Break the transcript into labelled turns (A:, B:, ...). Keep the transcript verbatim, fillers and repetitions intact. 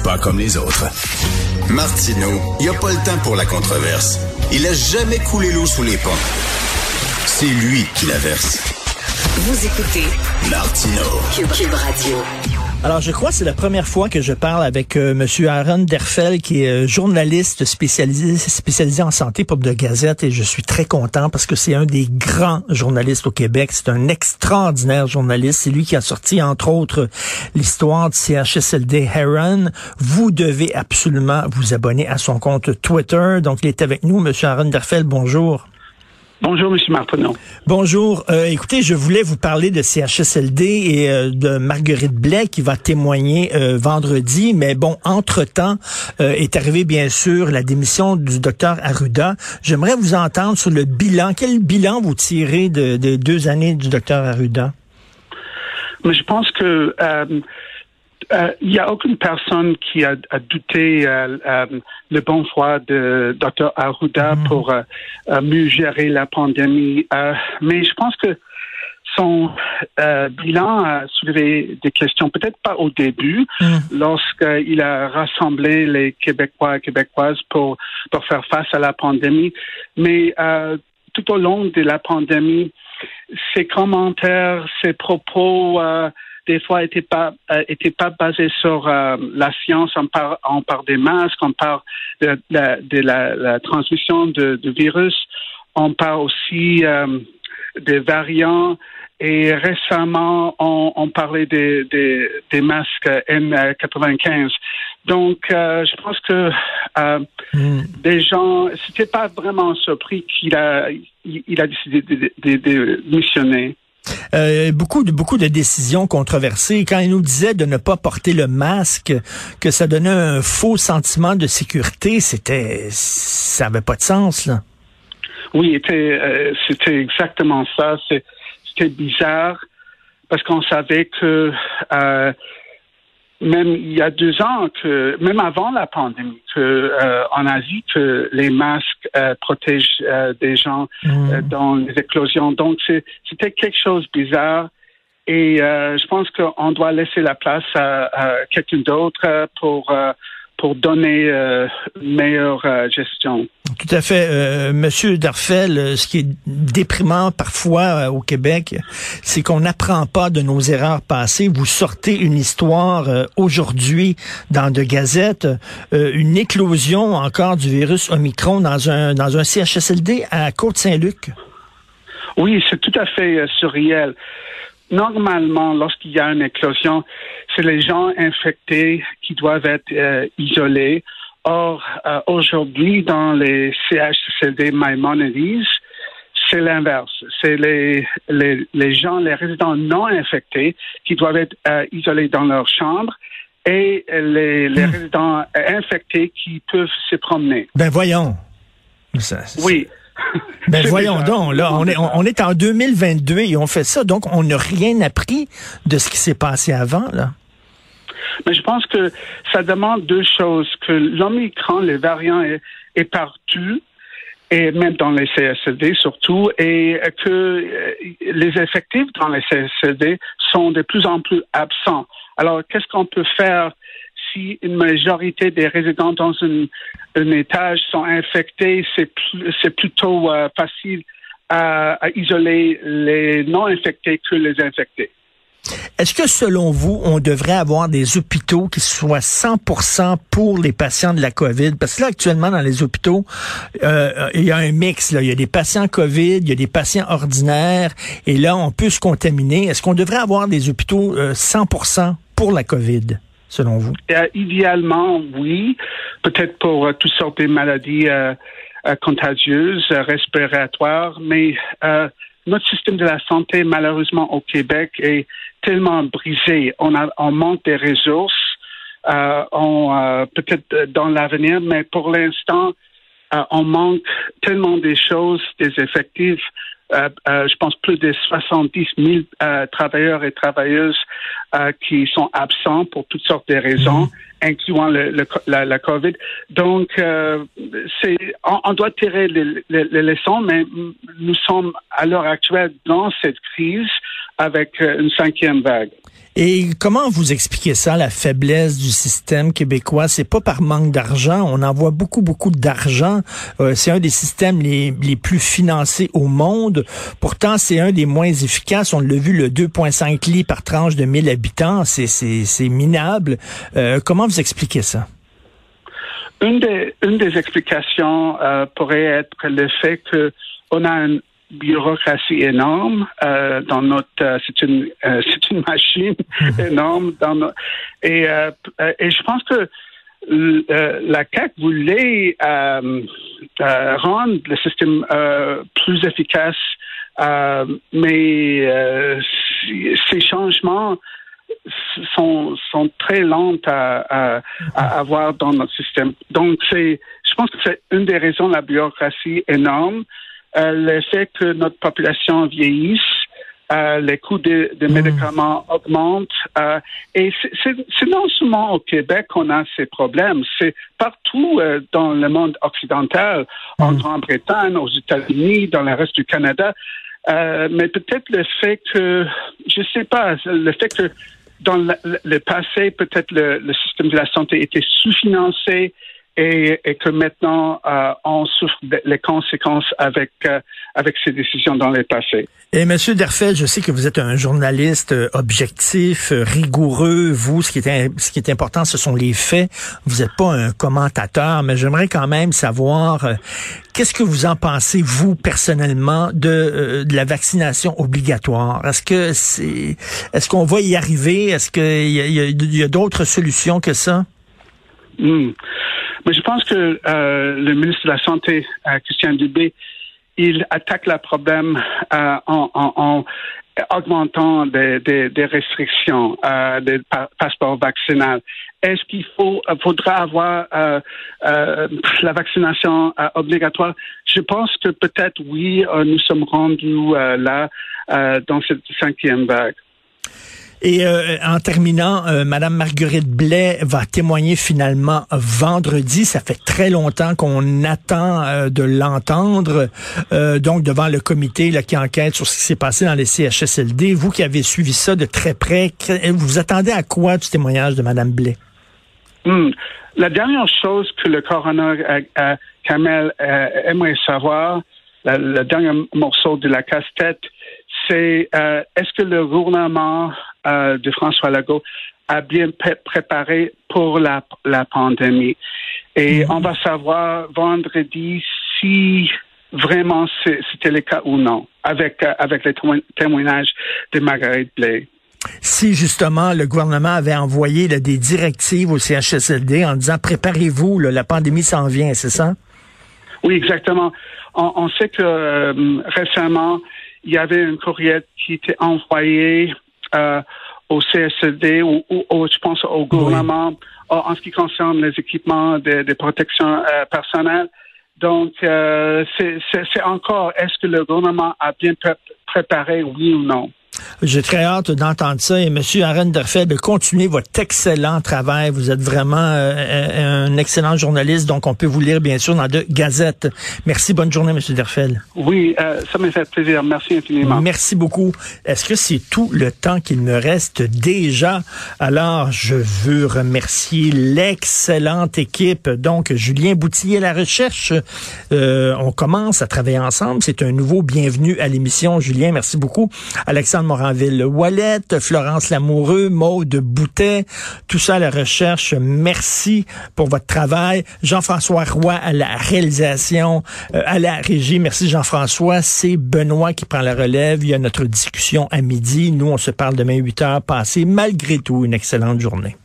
A: Pas comme les autres.
B: Martineau, il n'y a pas le temps pour la controverse. Il a jamais coulé l'eau sous les ponts. C'est lui qui la verse.
C: Vous écoutez
B: Martineau.
C: Cube, Cube Radio.
D: Alors, je crois que c'est la première fois que je parle avec euh, Monsieur Aaron Derfel, qui est euh, journaliste spécialisé spécialisé en santé pour de Gazette, et je suis très content parce que c'est un des grands journalistes au Québec. C'est un extraordinaire journaliste. C'est lui qui a sorti, entre autres, l'histoire du C H S L D Heron. Vous devez absolument vous abonner à son compte Twitter. Donc, il est avec nous, Monsieur Aaron Derfel. Bonjour.
E: Bonjour, M. Martineau.
D: Bonjour. Euh, écoutez, je voulais vous parler de C H S L D et euh, de Marguerite Blais qui va témoigner euh, vendredi. Mais bon, entre-temps, euh, est arrivée bien sûr la démission du docteur Arruda. J'aimerais vous entendre sur le bilan. Quel bilan vous tirez de, de deux années du docteur Arruda?
E: Mais je pense que euh, euh, il n'y a aucune personne qui a, a douté euh, euh, le bon foi de docteur Arruda mmh. pour euh, euh, mieux gérer la pandémie. Euh, mais je pense que son euh, bilan a soulevé des questions, peut-être pas au début, mmh. lorsqu'il a rassemblé les Québécois et Québécoises pour, pour faire face à la pandémie. Mais euh, tout au long de la pandémie, ses commentaires, ses propos, euh, des fois, étaient pas euh, étaient pas basés sur euh, la science. On parle, on parle des masques, on parle de, de, de la, la transmission de, de virus, on parle aussi euh, des variants. Et récemment, on, on parlait des, des, des masques N quatre-vingt-quinze. Donc, euh, je pense que euh, mm. des gens, c'était pas vraiment surpris qu'il a, il, il a décidé de, de, de missionner.
D: Euh, beaucoup de beaucoup de décisions controversées. Quand il nous disait de ne pas porter le masque, que ça donnait un faux sentiment de sécurité, c'était, ça avait pas de sens là.
E: Oui, c'était, euh, c'était exactement ça. C'est, c'était bizarre parce qu'on savait que euh, même il y a deux ans, que même avant la pandémie, que euh, en Asie, que les masques euh, protègent euh, des gens mmh. euh, dans les éclosions. Donc c'est, c'était quelque chose de bizarre. Et euh, je pense qu'on doit laisser la place à, à quelqu'un d'autre euh, pour euh, pour donner euh, une meilleure euh, gestion.
D: Tout à fait. Euh, Monsieur Derfel, ce qui est déprimant parfois euh, au Québec, c'est qu'on n'apprend pas de nos erreurs passées. Vous sortez une histoire euh, aujourd'hui dans de Gazette, euh, une éclosion encore du virus Omicron dans un dans un C H S L D à Côte-Saint-Luc.
E: Oui, c'est tout à fait euh, surréel. Normalement, lorsqu'il y a une éclosion, c'est les gens infectés qui doivent être euh, isolés. Or, euh, aujourd'hui, dans les C H S L D Maimonides, c'est l'inverse. C'est les, les, les gens, les résidents non infectés qui doivent être euh, isolés dans leur chambre et les, les mmh. résidents infectés qui peuvent se promener.
D: Ben voyons. Ça, ça,
E: oui.
D: Ben voyons bizarre. donc, là, on est, on, on est en deux mille vingt-deux et on fait ça, donc on n'a rien appris de ce qui s'est passé avant, là.
E: Mais je pense que ça demande deux choses, que l'Omicron, les variants, est, est partout, et même dans les C S L D surtout, et que euh, les effectifs dans les C S L D sont de plus en plus absents. Alors, qu'est-ce qu'on peut faire si une majorité des résidents dans une, un étage sont infectés? C'est, plus, c'est plutôt euh, facile à, à isoler les non-infectés que les infectés.
D: Est-ce que, selon vous, on devrait avoir des hôpitaux qui soient cent pour cent pour les patients de la COVID? Parce que là, actuellement, dans les hôpitaux, euh, il y a un mix, là. Il y a des patients COVID, il y a des patients ordinaires, et là, on peut se contaminer. Est-ce qu'on devrait avoir des hôpitaux euh, cent pour cent pour la COVID, selon vous?
E: Euh, idéalement, oui. Peut-être pour euh, toutes sortes de maladies euh, euh, contagieuses, euh, respiratoires, mais... Euh, notre système de la santé, malheureusement, au Québec, est tellement brisé. On a, on manque des ressources, euh, on, euh, peut-être dans l'avenir, mais pour l'instant, euh, on manque tellement des choses, des effectifs. Euh, euh, je pense plus de soixante-dix mille euh, travailleurs et travailleuses euh, qui sont absents pour toutes sortes de raisons, mmh. incluant le, le, la, la COVID. Donc, euh, c'est, on, on doit tirer les, les, les leçons, mais nous sommes à l'heure actuelle dans cette crise avec une cinquième vague.
D: Et comment vous expliquez ça, la faiblesse du système québécois? C'est pas par manque d'argent. On envoie beaucoup, beaucoup d'argent. Euh, c'est un des systèmes les, les plus financés au monde. Pourtant, c'est un des moins efficaces. On l'a vu, le deux virgule cinq lits par tranche de mille habitants. C'est, c'est, c'est minable. Euh, comment vous expliquez ça?
E: Une des, une des explications euh, pourrait être le fait que on a une bureaucratie énorme euh, dans notre euh, c'est une euh, c'est une machine énorme dans no, et euh, et je pense que euh, la C A Q voulait euh, euh, rendre le système euh, plus efficace, euh, mais euh, ces changements sont sont très lents à, à, à avoir dans notre système. Donc c'est je pense que c'est une des raisons de la bureaucratie énorme. Euh, le fait que notre population vieillisse, euh, les coûts de, de mmh. médicaments augmentent, euh, et c'est, c'est, c'est non seulement au Québec qu'on a ces problèmes, c'est partout euh, dans le monde occidental, mmh. en Grande-Bretagne, aux États-Unis, dans le reste du Canada, euh, mais peut-être le fait que, je sais pas, le fait que dans le, le passé, peut-être le, le système de la santé était sous-financé, Et, et que maintenant, euh, on souffre les conséquences avec euh, avec ces décisions dans le passé.
D: Et Monsieur Derfel, je sais que vous êtes un journaliste objectif, rigoureux. Vous, ce qui est ce qui est important, ce sont les faits. Vous n'êtes pas un commentateur, mais j'aimerais quand même savoir euh, qu'est-ce que vous en pensez, vous personnellement, de euh, de la vaccination obligatoire. Est-ce que c'est est-ce qu'on va y arriver? Est-ce qu'il y a, il y a, il y a d'autres solutions que ça?
E: Mmh. Mais je pense que euh, le ministre de la Santé, euh, Christian Dubé, il attaque le problème euh, en, en, en augmentant des, des, des restrictions, euh, des pa- passeports vaccinaux. Est-ce qu'il faut, faudra avoir euh, euh, la vaccination euh, obligatoire? Je pense que peut-être oui, euh, nous sommes rendus euh, là euh, dans cette cinquième vague.
D: Et euh, en terminant, euh, Madame Marguerite Blais va témoigner finalement vendredi. Ça fait très longtemps qu'on attend euh, de l'entendre, euh, donc devant le comité là, qui enquête sur ce qui s'est passé dans les C H S L D. Vous qui avez suivi ça de très près, vous vous attendez à quoi du témoignage de Madame Blais?
E: Hmm. La dernière chose que le coroner euh, euh, Kamel euh, aimerait savoir, la, le dernier morceau de la casse-tête, c'est euh, est-ce que le gouvernement euh, de François Legault a bien pré- préparé pour la, la pandémie. Et mmh. on va savoir vendredi si vraiment c'est, c'était le cas ou non, avec, euh, avec les témoignages de Marguerite Blais.
D: Si justement le gouvernement avait envoyé là, des directives au C H S L D en disant préparez-vous, là, la pandémie s'en vient, c'est ça?
E: Oui, exactement. On, on sait que euh, récemment, il y avait un courriel qui était envoyé euh, au C S L D ou, ou, ou je pense au gouvernement oui. en ce qui concerne les équipements de, de protection euh, personnelle. Donc, euh, c'est, c'est, c'est encore, est-ce que le gouvernement a bien pré- préparé, oui ou non?
D: J'ai très hâte d'entendre ça. Et M. Aaron Derfel, de continuer votre excellent travail. Vous êtes vraiment euh, un excellent journaliste, donc on peut vous lire, bien sûr, dans de Gazette. Merci, bonne journée, M. Derfel.
E: Oui, euh, ça m'a fait plaisir. Merci infiniment.
D: Merci beaucoup. Est-ce que c'est tout le temps qu'il me reste déjà? Alors, je veux remercier l'excellente équipe. Donc, Julien Boutillier, la recherche. Euh, on commence à travailler ensemble. C'est un nouveau bienvenue à l'émission. Julien, merci beaucoup. Alexandre Moranville-Wallet, Florence Lamoureux, Maude Boutet, tout ça à la recherche. Merci pour votre travail. Jean-François Roy à la réalisation, euh, à la régie. Merci Jean-François. C'est Benoît qui prend la relève. Il y a notre discussion à midi. Nous, on se parle demain huit heures. Passez malgré tout une excellente journée.